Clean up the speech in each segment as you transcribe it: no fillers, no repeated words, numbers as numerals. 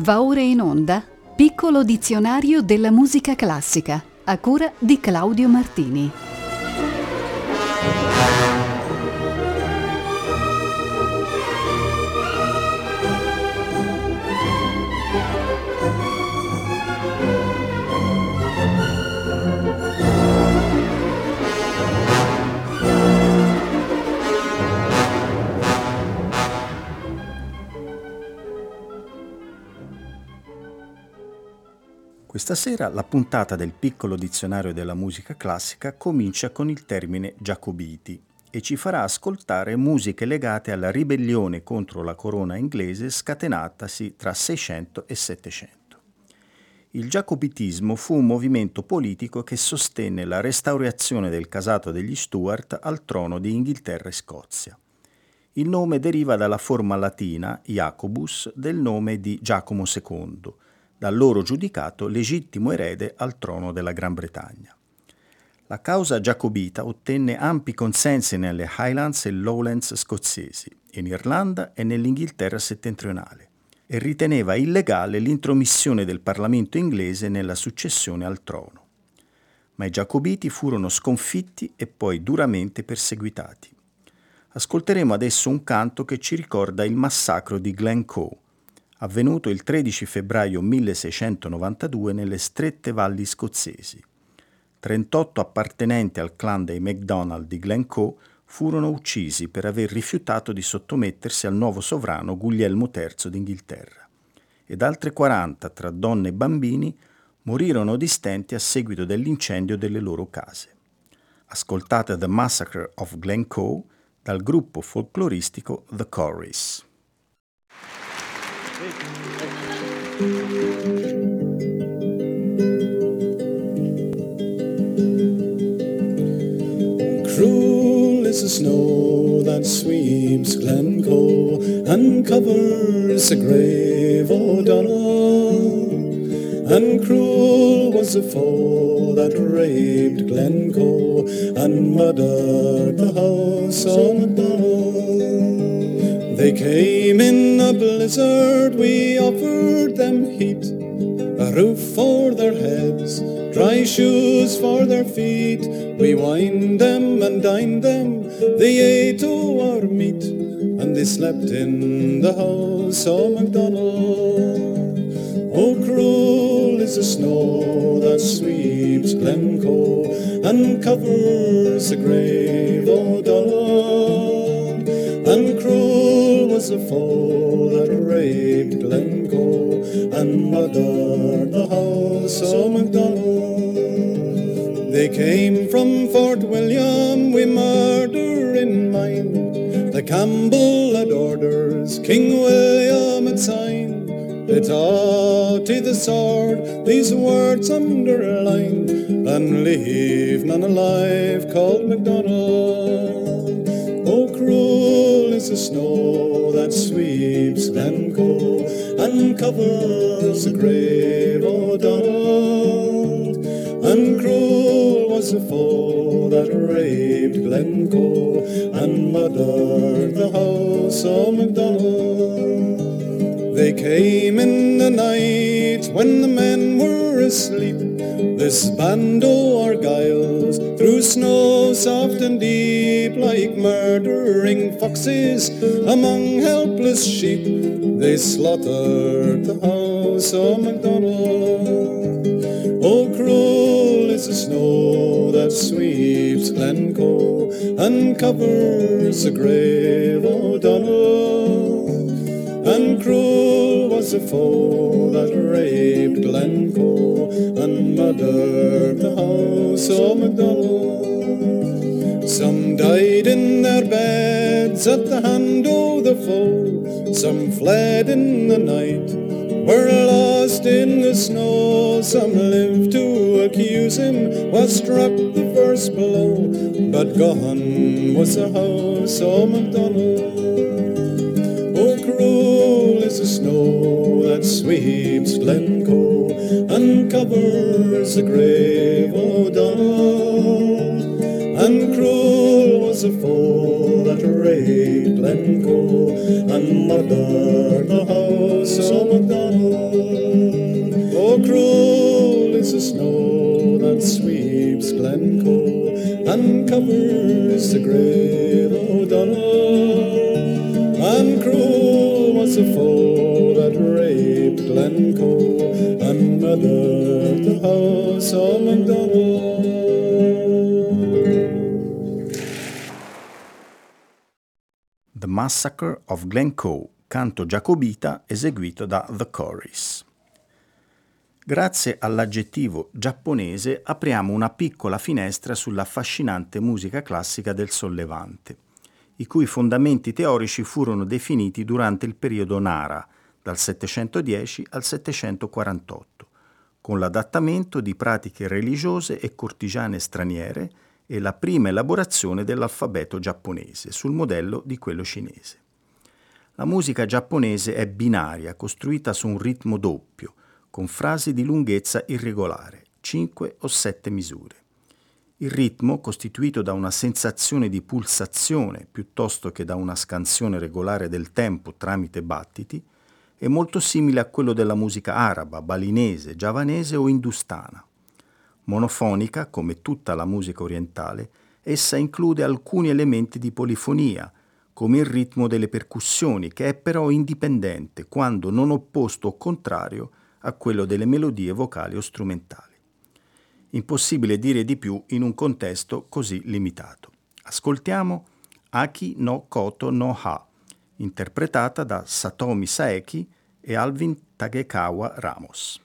Va ora in onda Piccolo dizionario della musica classica, a cura di Claudio Martini. Questa sera la puntata del Piccolo dizionario della musica classica comincia con il termine Giacobiti e ci farà ascoltare musiche legate alla ribellione contro la corona inglese scatenatasi tra 600 e 700. Il giacobitismo fu un movimento politico che sostenne la restaurazione del casato degli Stuart al trono di Inghilterra e Scozia. Il nome deriva dalla forma latina, Jacobus, del nome di Giacomo II, dal loro giudicato legittimo erede al trono della Gran Bretagna. La causa giacobita ottenne ampi consensi nelle Highlands e Lowlands scozzesi, in Irlanda e nell'Inghilterra settentrionale, e riteneva illegale l'intromissione del Parlamento inglese nella successione al trono. Ma i giacobiti furono sconfitti e poi duramente perseguitati. Ascolteremo adesso un canto che ci ricorda il massacro di Glencoe, avvenuto il 13 febbraio 1692 nelle strette valli scozzesi. 38 appartenenti al clan dei MacDonald di Glencoe furono uccisi per aver rifiutato di sottomettersi al nuovo sovrano Guglielmo III d'Inghilterra, ed altre 40, tra donne e bambini, morirono di stenti a seguito dell'incendio delle loro case. Ascoltate The Massacre of Glencoe dal gruppo folcloristico The Corris. Cruel is the snow that sweeps Glencoe and covers the grave O'Donnell. And cruel was the foe that raped Glencoe and murdered the house of MacDonald. They came in a blizzard, we offered them heat, a roof for their heads, dry shoes for their feet. We wined them and dined them, they ate our meat, and they slept in the house of MacDonald. Oh, cruel is the snow that sweeps Glencoe and covers the grave O'Donnell. And cruel was the foe that raped Glencoe and murdered the house of MacDonald. They came from Fort William with murder in mind. The Campbell had orders, King William had signed. They taught to the sword these words underlined, and leave none alive called MacDonald. Oh, cruel is the snow that sweeps Glencoe and covers the grave O'Donnell. And cruel was the foe that raped Glencoe and murdered the house of MacDonald. They came in the night when the men were asleep. This band o' Argyles through snow soft and deep, like murdering foxes among helpless sheep, they slaughtered the house of MacDonald. Oh, cruel is the snow that sweeps Glencoe and covers the grave O'Donnell. And cruel was the foe that raped Glencoe and murdered the house of MacDonald. Some died in their beds at the hand of the foe, some fled in the night, were lost in the snow, some lived to accuse him, was struck the first blow, but gone was the house of MacDonald. Oh, cruel is the snow that sweeps Glencoe and covers the grave O'Donnell. And cruel was the foe that raped Glencoe and murdered the house of MacDonald. sweeps Glencoe and covers the grave O'Donnell. And cruel was the foe that raped Glencoe and murdered the house of MacDonald. The Massacre of Glencoe, canto giacobita eseguito da The Chorus. Grazie all'aggettivo giapponese apriamo una piccola finestra sull'affascinante musica classica del Sollevante, i cui fondamenti teorici furono definiti durante il periodo Nara, dal 710 al 748, con l'adattamento di pratiche religiose e cortigiane straniere e la prima elaborazione dell'alfabeto giapponese, sul modello di quello cinese. La musica giapponese è binaria, costruita su un ritmo doppio, con frasi di lunghezza irregolare, 5 o 7 misure. Il ritmo, costituito da una sensazione di pulsazione piuttosto che da una scansione regolare del tempo tramite battiti, è molto simile a quello della musica araba, balinese, giavanese o industana. Monofonica, come tutta la musica orientale, essa include alcuni elementi di polifonia, come il ritmo delle percussioni, che è però indipendente, quando non opposto o contrario a quello delle melodie vocali o strumentali. Impossibile dire di più in un contesto così limitato. Ascoltiamo Aki no Koto no Ha, interpretata da Satomi Saeki e Alvin Tagekawa Ramos.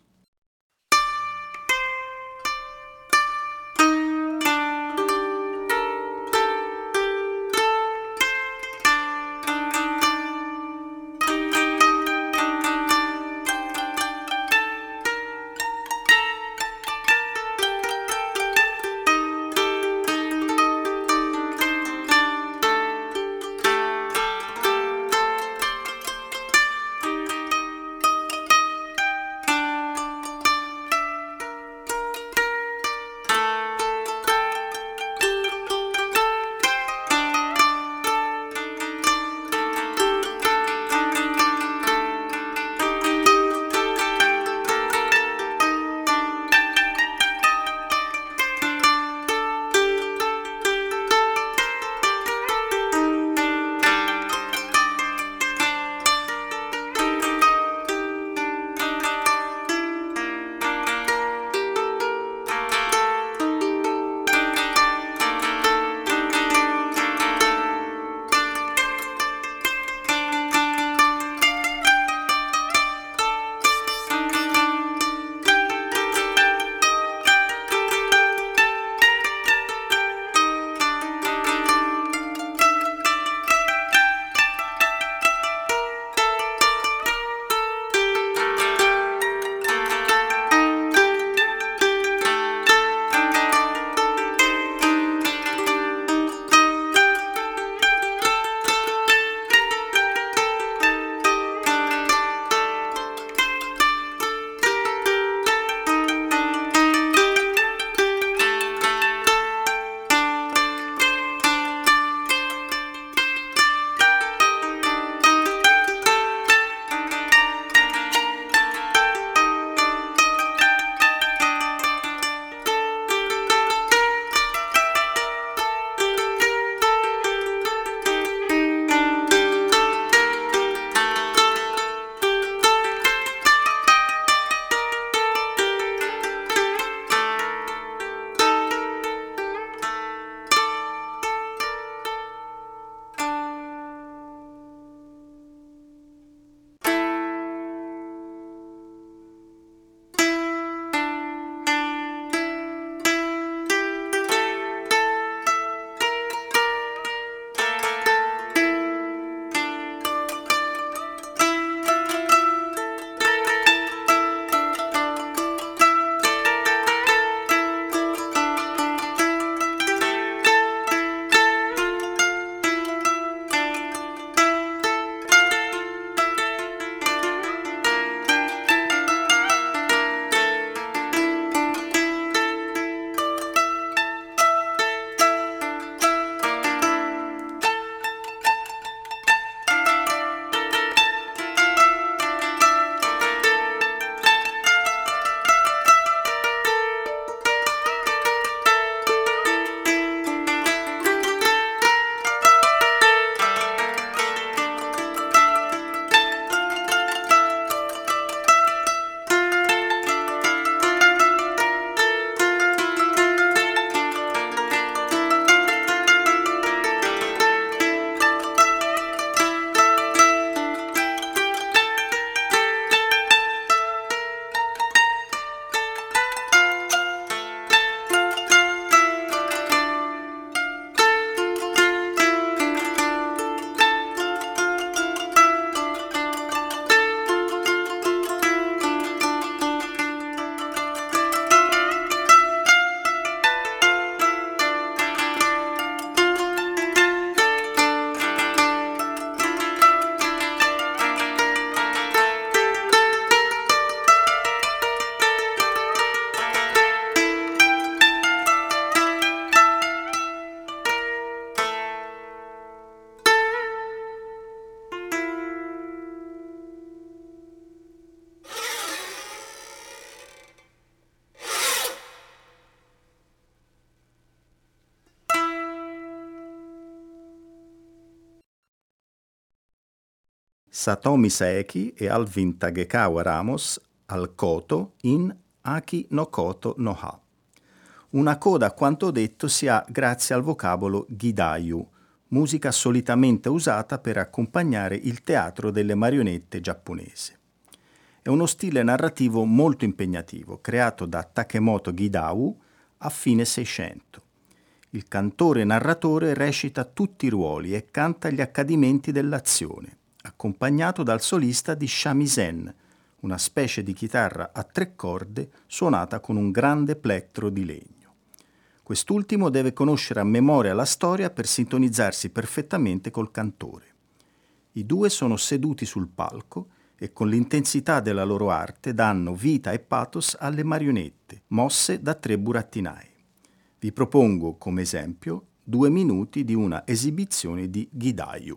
Satomi Saeki e Alvin Tagekawa Ramos al koto in Aki no Koto no Ha. Una coda a quanto detto si ha grazie al vocabolo Gidayu, musica solitamente usata per accompagnare il teatro delle marionette giapponese. È uno stile narrativo molto impegnativo, creato da Takemoto Gidau a fine Seicento. Il cantore narratore recita tutti i ruoli e canta gli accadimenti dell'azione, accompagnato dal solista di shamisen, una specie di chitarra a 3 corde suonata con un grande plettro di legno. Quest'ultimo deve conoscere a memoria la storia per sintonizzarsi perfettamente col cantore. I due sono seduti sul palco e con l'intensità della loro arte danno vita e pathos alle marionette, mosse da 3 burattinai. Vi propongo come esempio 2 minuti di una esibizione di Gidayu.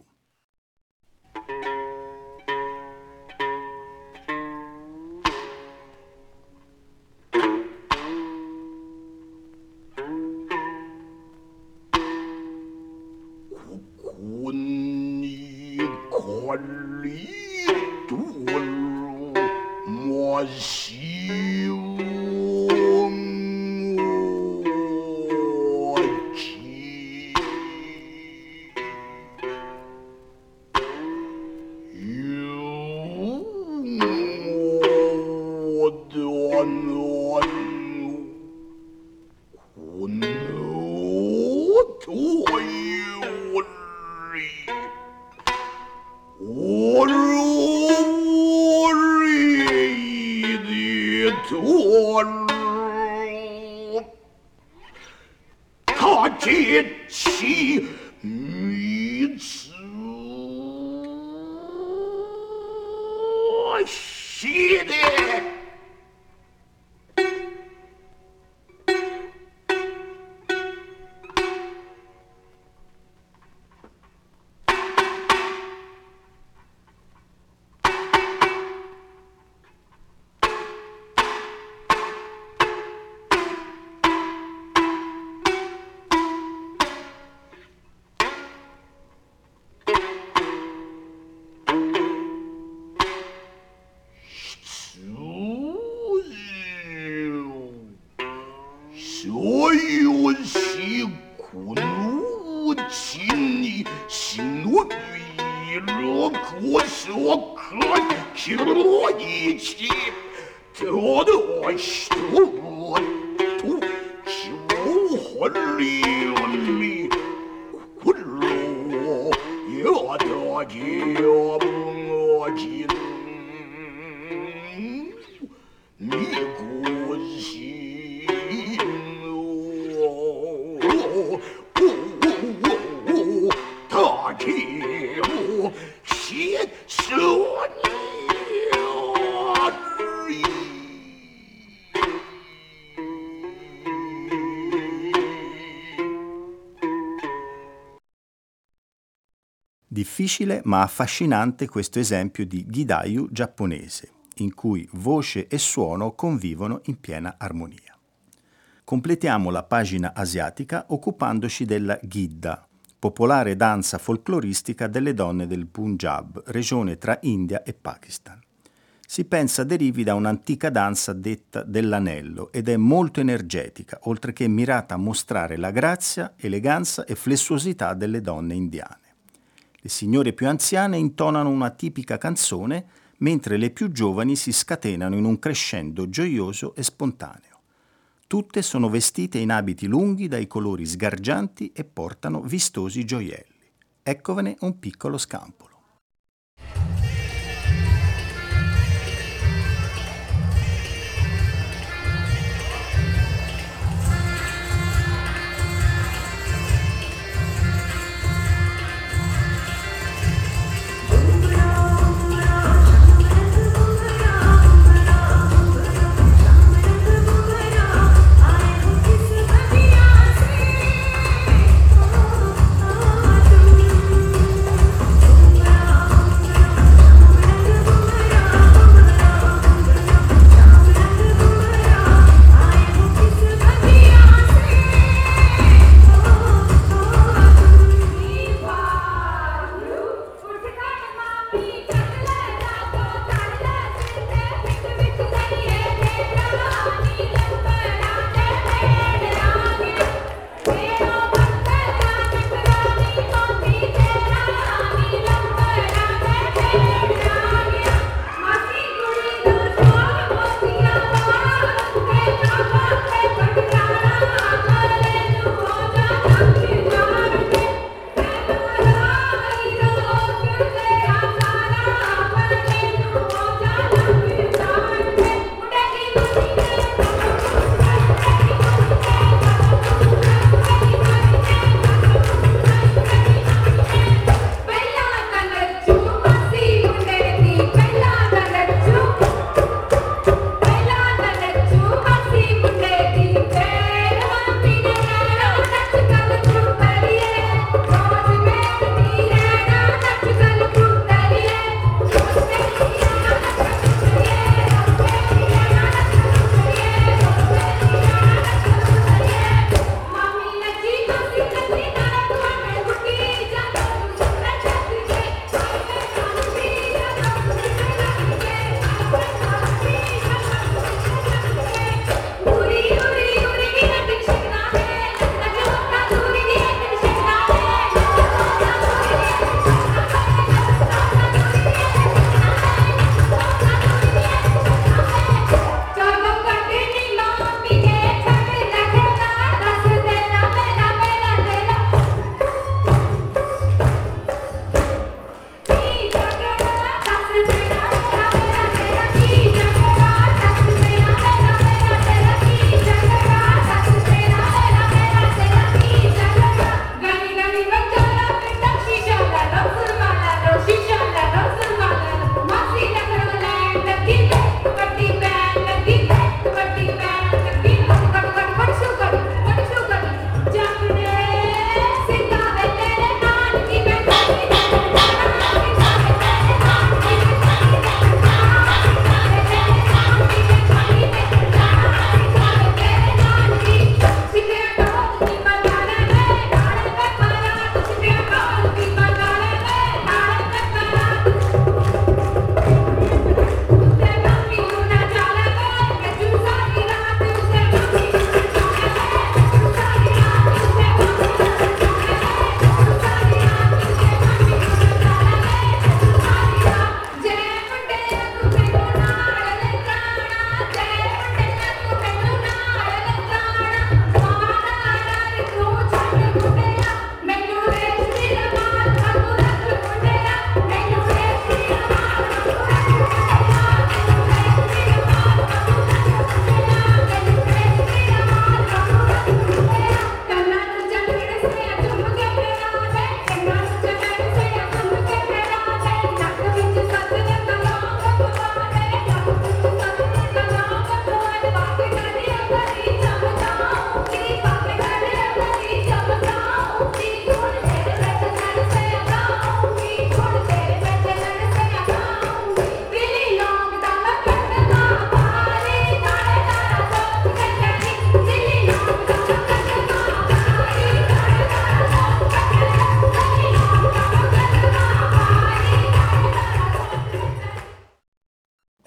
Difficile ma affascinante questo esempio di Gidayu giapponese, in cui voce e suono convivono in piena armonia. Completiamo la pagina asiatica occupandoci della Gidda, popolare danza folcloristica delle donne del Punjab, regione tra India e Pakistan. Si pensa derivi da un'antica danza detta dell'anello ed è molto energetica, oltre che mirata a mostrare la grazia, eleganza e flessuosità delle donne indiane. Le signore più anziane intonano una tipica canzone, mentre le più giovani si scatenano in un crescendo gioioso e spontaneo. Tutte sono vestite in abiti lunghi dai colori sgargianti e portano vistosi gioielli. Eccovene un piccolo scampolo.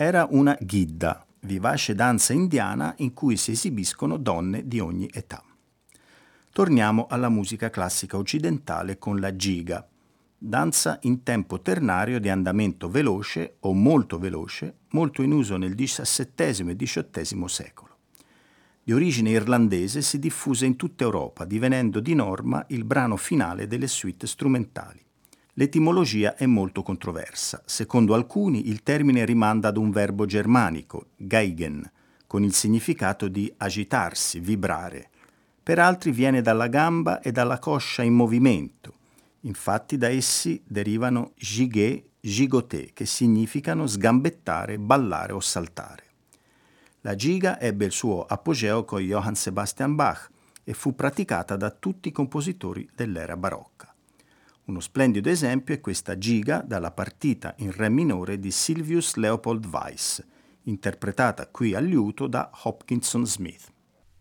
era una ghidda, vivace danza indiana in cui si esibiscono donne di ogni età. Torniamo alla musica classica occidentale con la giga, danza in tempo ternario di andamento veloce o molto veloce, molto in uso nel XVII e XVIII secolo. Di origine irlandese, si diffuse in tutta Europa, divenendo di norma il brano finale delle suite strumentali. L'etimologia è molto controversa. Secondo alcuni il termine rimanda ad un verbo germanico, geigen, con il significato di agitarsi, vibrare. Per altri viene dalla gamba e dalla coscia in movimento. Infatti da essi derivano gigue, gigoté, che significano sgambettare, ballare o saltare. La giga ebbe il suo apogeo con Johann Sebastian Bach e fu praticata da tutti i compositori dell'era barocca. Uno splendido esempio è questa giga dalla partita in re minore di Sylvius Leopold Weiss, interpretata qui al liuto da Hopkinson Smith.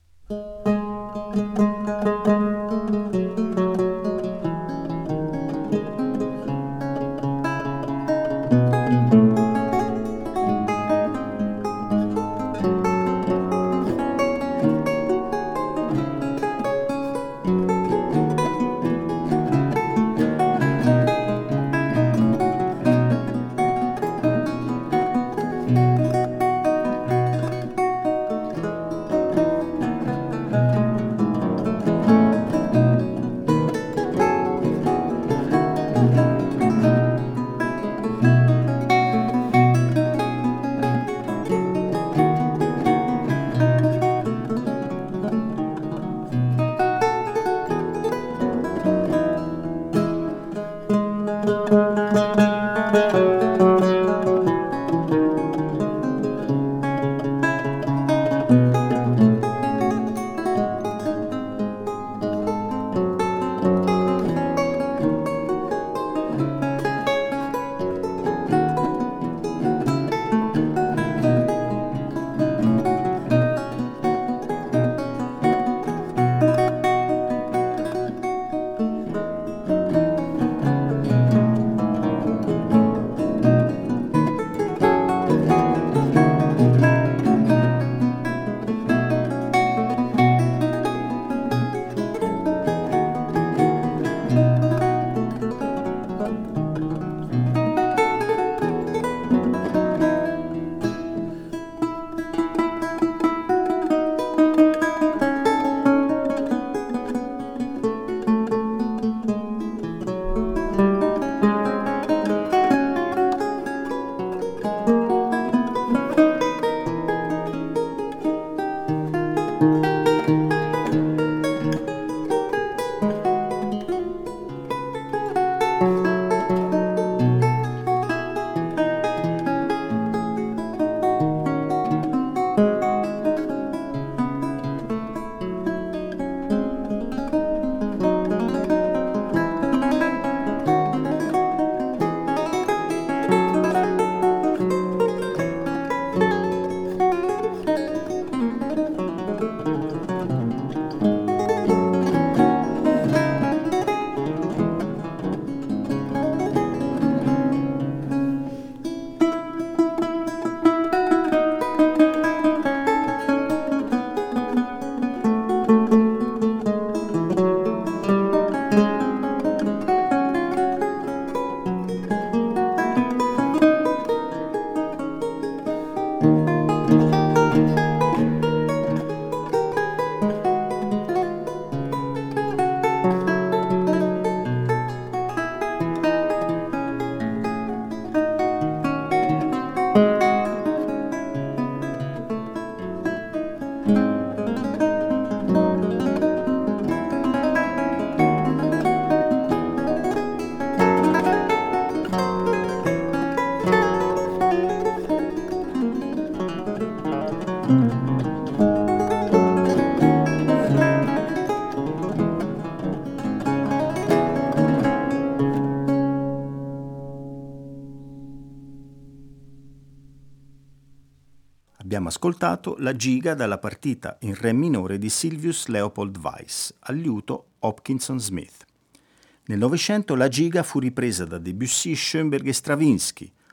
Abbiamo ascoltato la giga dalla partita in re minore di Sylvius Leopold Weiss, al liuto Hopkinson Smith. Nel Novecento la giga fu ripresa da Debussy, Schoenberg e Stravinsky,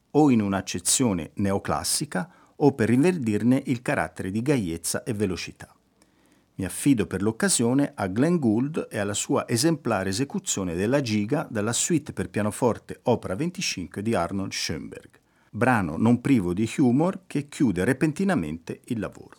o in un'accezione neoclassica o per rinverdirne il carattere di gaiezza e velocità. Mi affido per l'occasione a Glenn Gould e alla sua esemplare esecuzione della Giga dalla suite per pianoforte opera 25 di Arnold Schoenberg, brano non privo di humor che chiude repentinamente il lavoro.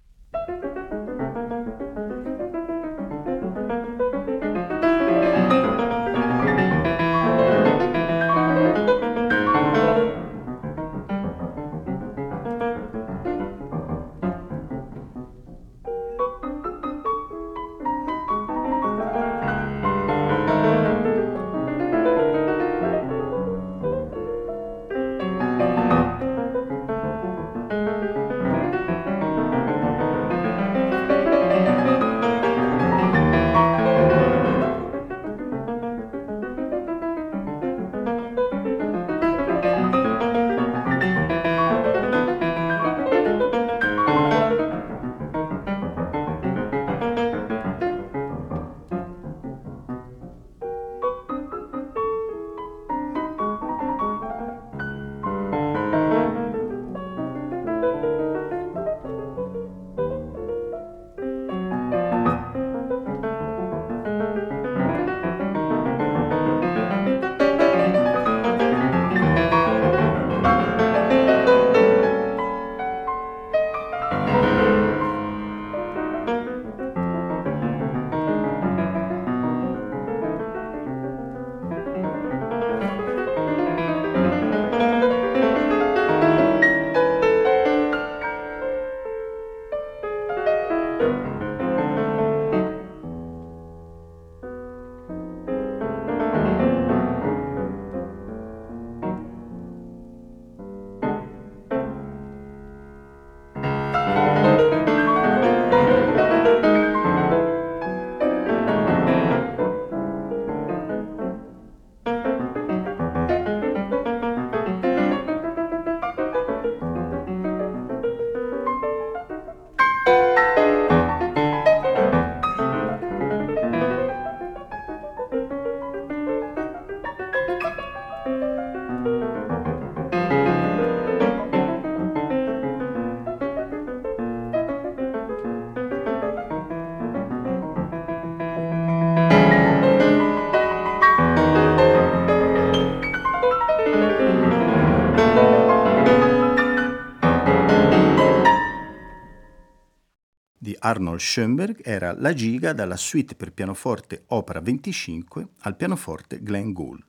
Arnold Schoenberg era la Giga dalla suite per pianoforte opera 25 al pianoforte Glenn Gould.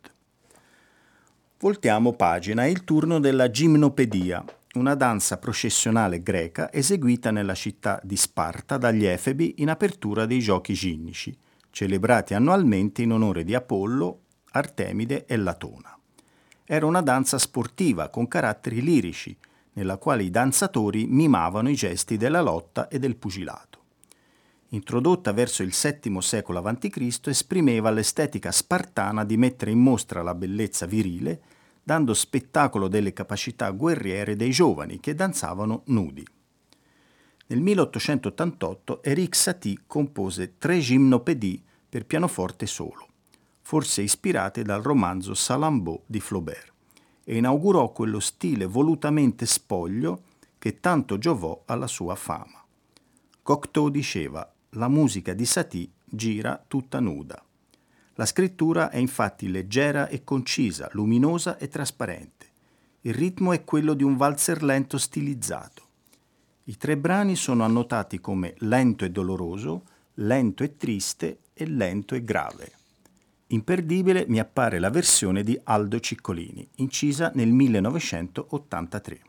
Voltiamo pagina, è il turno della gimnopedia, una danza processionale greca eseguita nella città di Sparta dagli Efebi in apertura dei giochi ginnici, celebrati annualmente in onore di Apollo, Artemide e Latona. Era una danza sportiva con caratteri lirici, nella quale i danzatori mimavano i gesti della lotta e del pugilato. Introdotta verso il VII secolo a.C., esprimeva l'estetica spartana di mettere in mostra la bellezza virile, dando spettacolo delle capacità guerriere dei giovani che danzavano nudi. Nel 1888 Erik Satie compose 3 gymnopédies per pianoforte solo, forse ispirate dal romanzo Salammbô di Flaubert, e inaugurò quello stile volutamente spoglio che tanto giovò alla sua fama. Cocteau diceva: la musica di Satie gira tutta nuda. La scrittura è infatti leggera e concisa, luminosa e trasparente. Il ritmo è quello di un valzer lento stilizzato. I 3 brani sono annotati come lento e doloroso, lento e triste e lento e grave. Imperdibile mi appare la versione di Aldo Ciccolini, incisa nel 1983.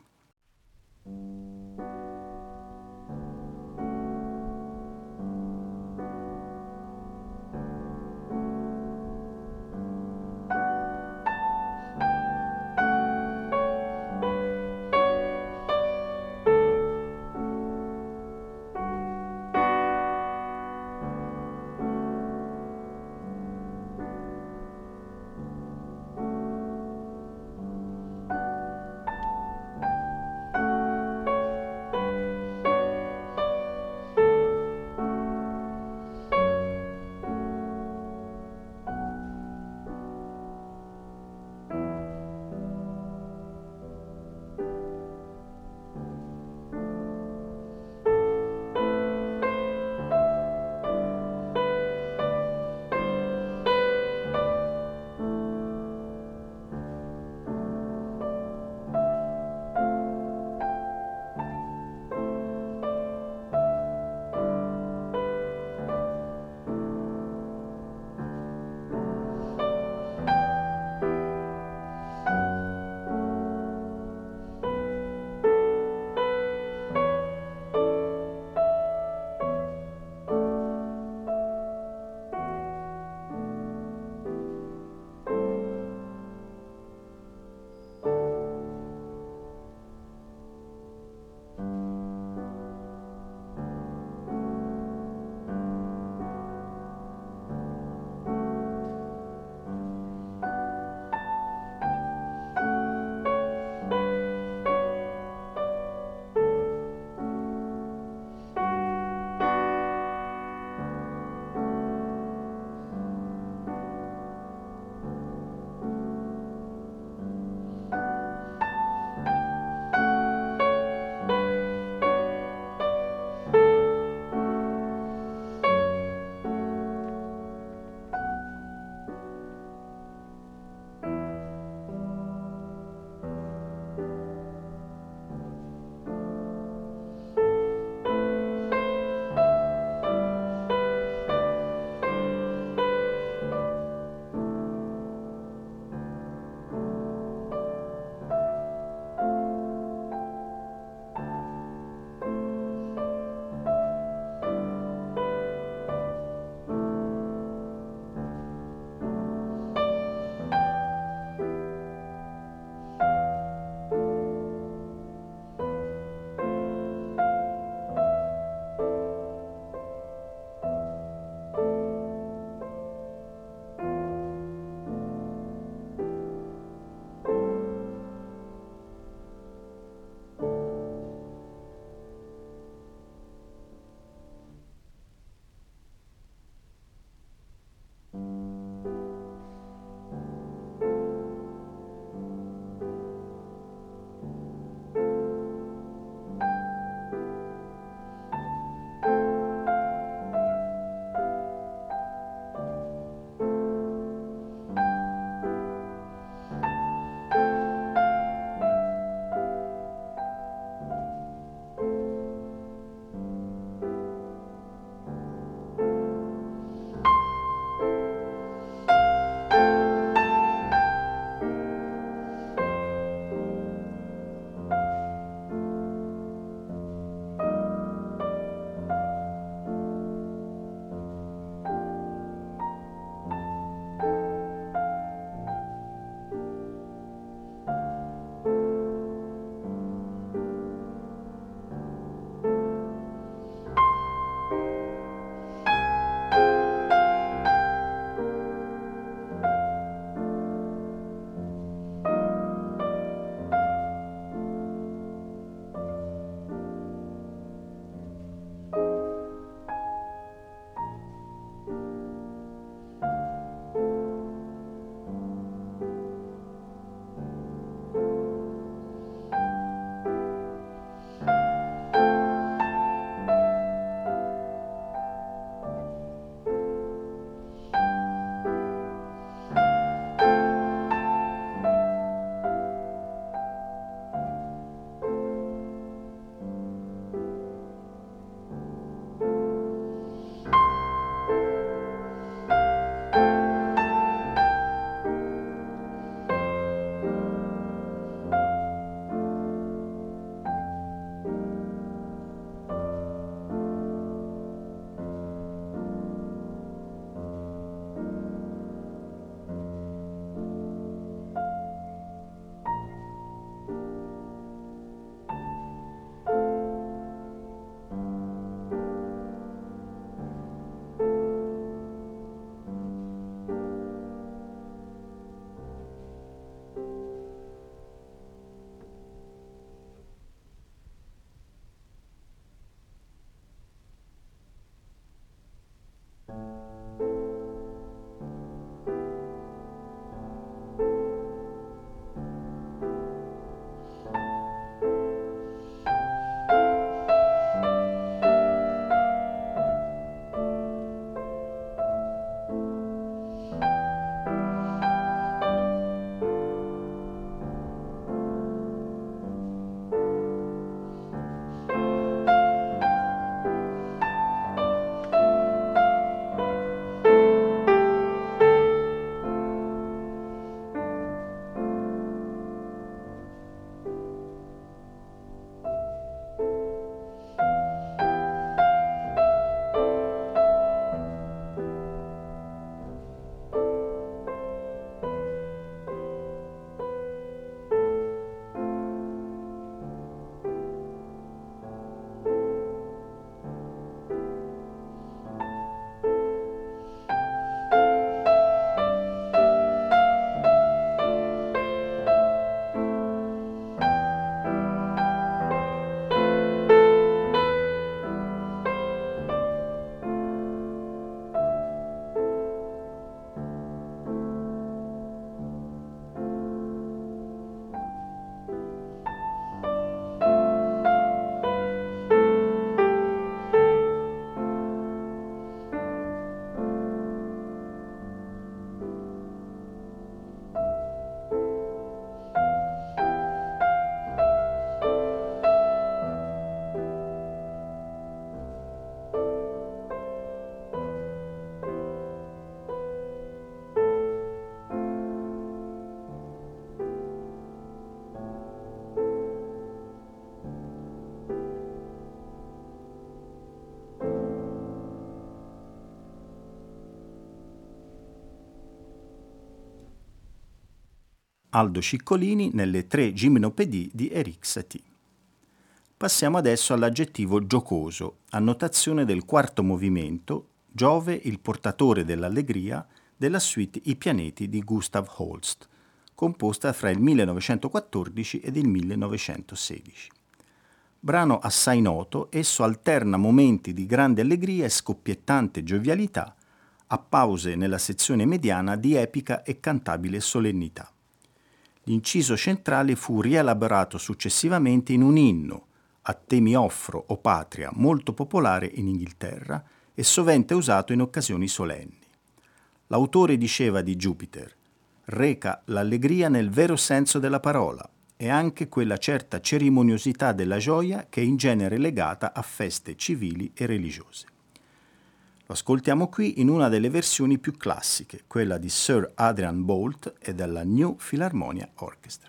Aldo Ciccolini nelle 3 gimnopédie di Éric Satie. Passiamo adesso all'aggettivo giocoso, annotazione del 4º movimento, Giove il portatore dell'allegria, della suite I pianeti di Gustav Holst, composta fra il 1914 ed il 1916. Brano assai noto, esso alterna momenti di grande allegria e scoppiettante giovialità a pause nella sezione mediana di epica e cantabile solennità. L'inciso centrale fu rielaborato successivamente in un inno, A te mi offro, o patria, molto popolare in Inghilterra e sovente usato in occasioni solenni. L'autore diceva di Jupiter: reca l'allegria nel vero senso della parola e anche quella certa cerimoniosità della gioia che è in genere legata a feste civili e religiose. Lo ascoltiamo qui in una delle versioni più classiche, quella di Sir Adrian Boult e della New Philharmonia Orchestra.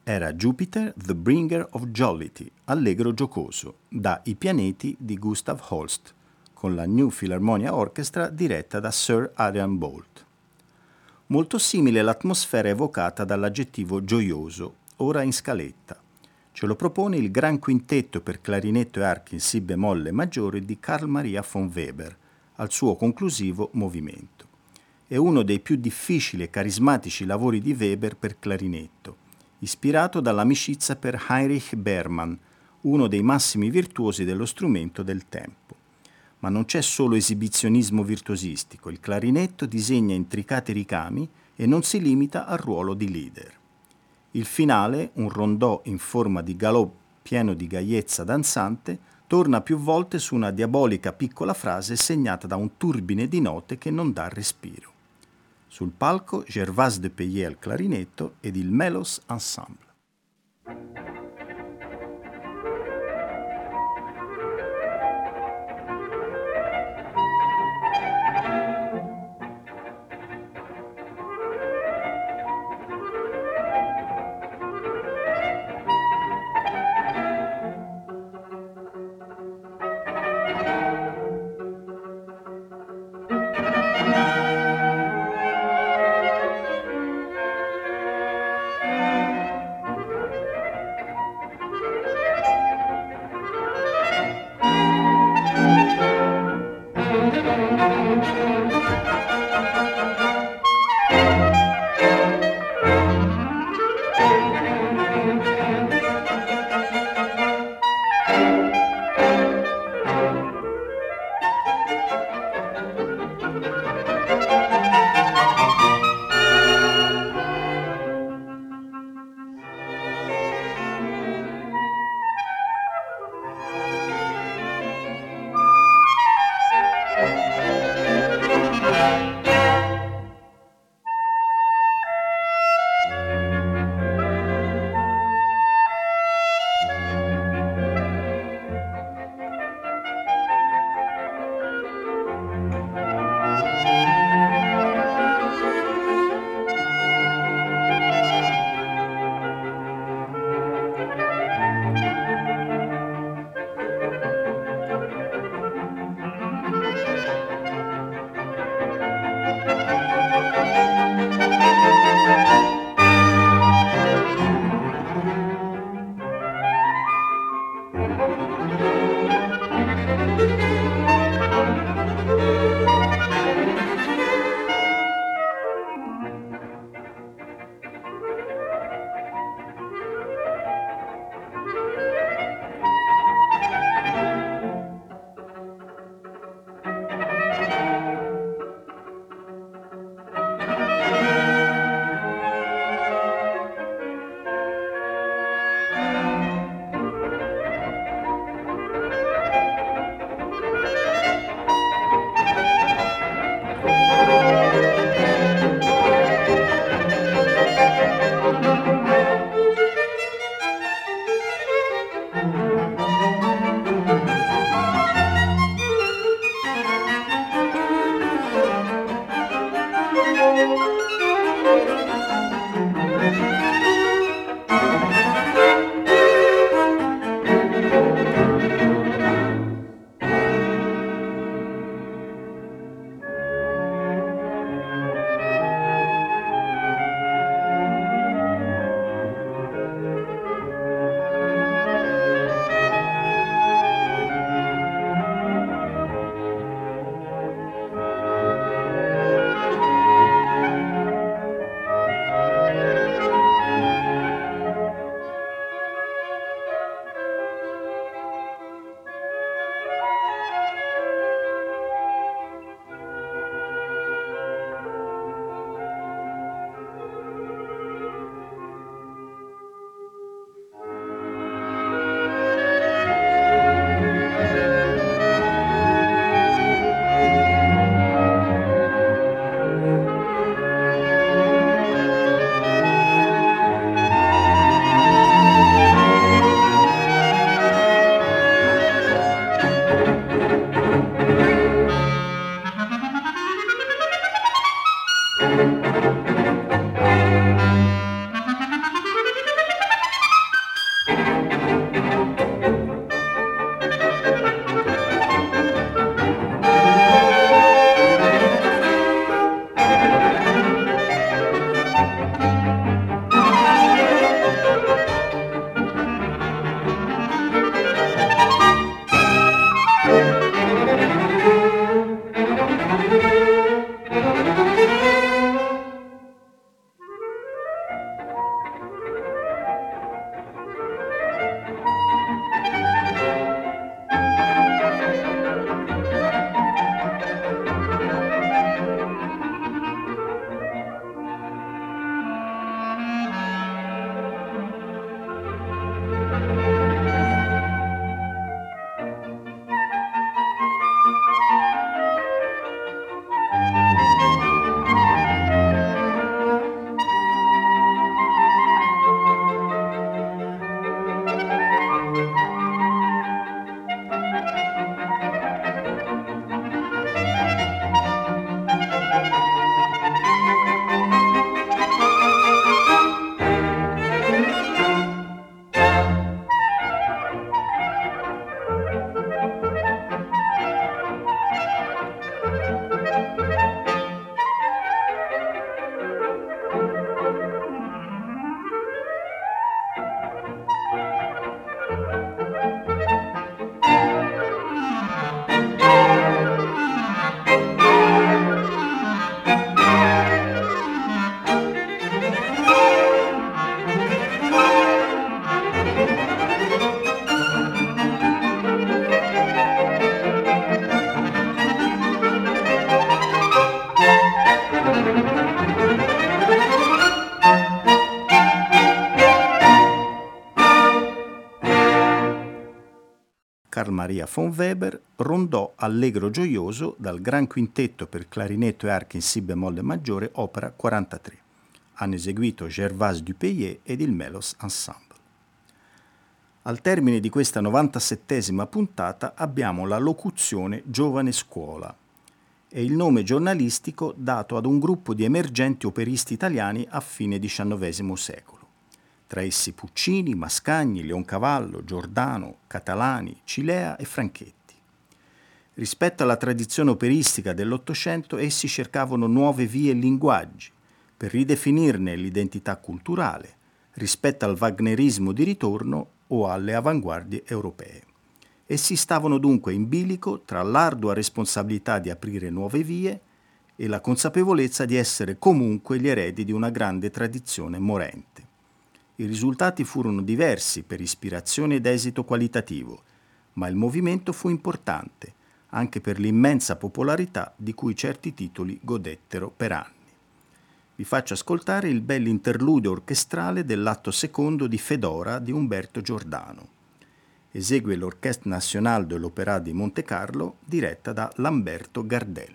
era Jupiter, the Bringer of Jollity, allegro giocoso, da I pianeti di Gustav Holst, con la New Philharmonia Orchestra diretta da Sir Adrian Boult. Molto simile l'atmosfera evocata dall'aggettivo gioioso, ora in scaletta. Ce lo propone il Gran Quintetto per clarinetto e archi in Si bemolle maggiore di Carl Maria von Weber, al suo conclusivo movimento. È uno dei più difficili e carismatici lavori di Weber per clarinetto, ispirato dall'amicizia per Heinrich Berman, uno dei massimi virtuosi dello strumento del tempo. Ma non c'è solo esibizionismo virtuosistico, il clarinetto disegna intricati ricami e non si limita al ruolo di leader. Il finale, un rondò in forma di galop pieno di gaiezza danzante, torna più volte su una diabolica piccola frase segnata da un turbine di note che non dà respiro. Sul palco Gervase de Payet al clarinetto ed il Melos Ensemble. Carl Maria von Weber, rondò allegro gioioso dal Gran Quintetto per clarinetto e archi in Si bemolle maggiore, opera 43. Hanno eseguito Gervase Dupélier ed il Melos Ensemble. Al termine di questa 97esima puntata abbiamo la locuzione Giovane Scuola. È il nome giornalistico dato ad un gruppo di emergenti operisti italiani a fine XIX secolo. Tra essi Puccini, Mascagni, Leoncavallo, Giordano, Catalani, Cilea e Franchetti. Rispetto alla tradizione operistica dell'Ottocento, essi cercavano nuove vie e linguaggi per ridefinirne l'identità culturale rispetto al wagnerismo di ritorno o alle avanguardie europee. Essi stavano dunque in bilico tra l'ardua responsabilità di aprire nuove vie e la consapevolezza di essere comunque gli eredi di una grande tradizione morente. I risultati furono diversi per ispirazione ed esito qualitativo, ma il movimento fu importante, anche per l'immensa popolarità di cui certi titoli godettero per anni. Vi faccio ascoltare il bell'interludio orchestrale dell'atto secondo di Fedora di Umberto Giordano. Esegue l'Orchestre Nationale de l'Opéra di Montecarlo, diretta da Lamberto Gardelli.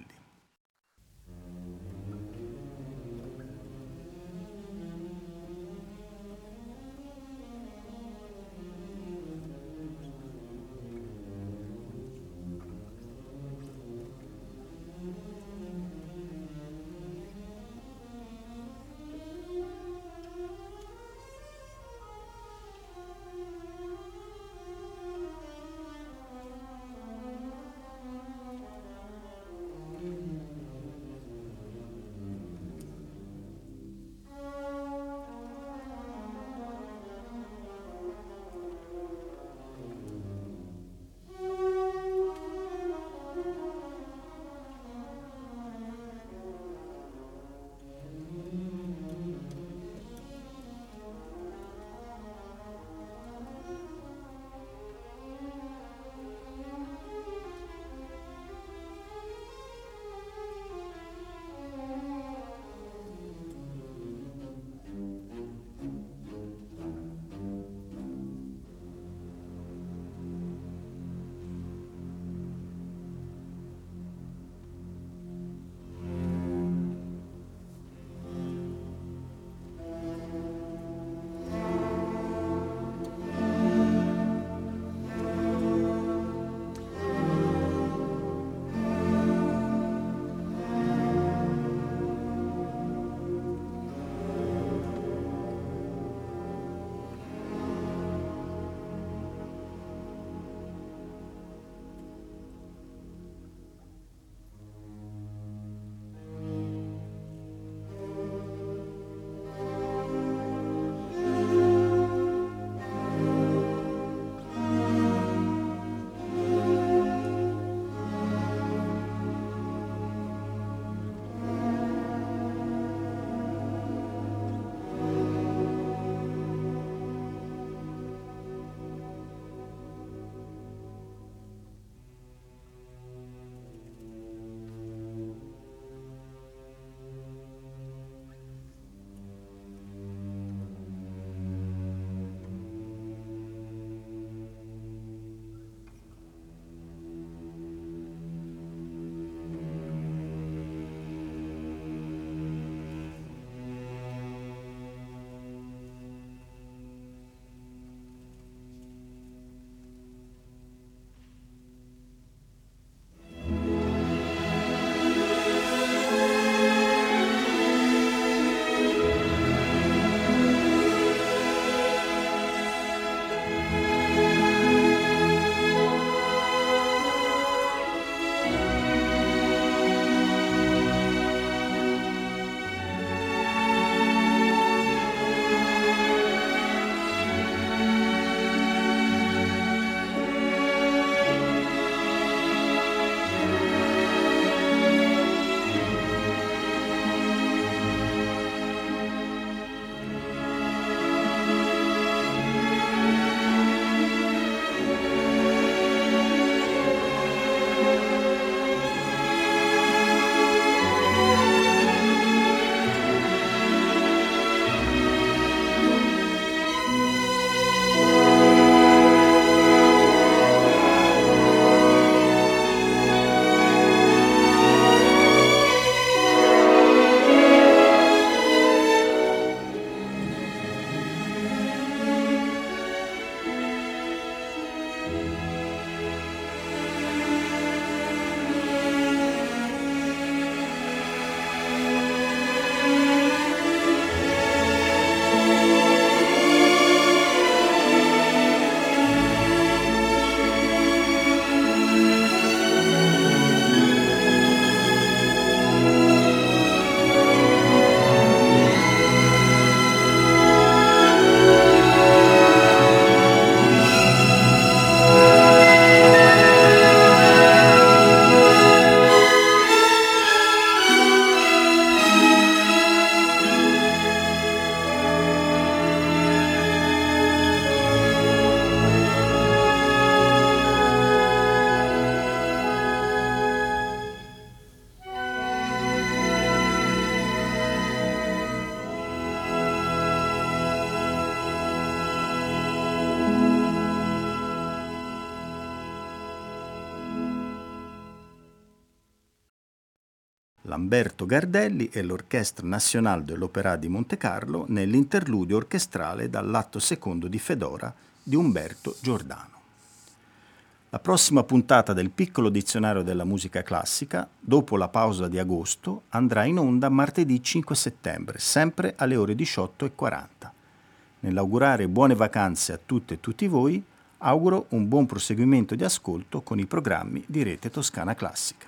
Lamberto Gardelli e l'Orchestre Nationale de l'Opéra di Montecarlo nell'interludio orchestrale dall'atto secondo di Fedora di Umberto Giordano. La prossima puntata del Piccolo Dizionario della Musica Classica, dopo la pausa di agosto, andrà in onda martedì 5 settembre, sempre alle ore 18:40. Nell'augurare buone vacanze a tutte e tutti voi, auguro un buon proseguimento di ascolto con i programmi di Rete Toscana Classica.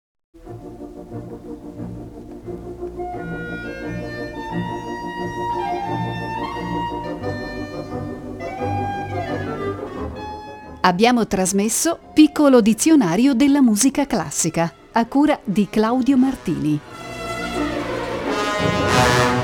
Abbiamo trasmesso Piccolo Dizionario della Musica Classica, a cura di Claudio Martini.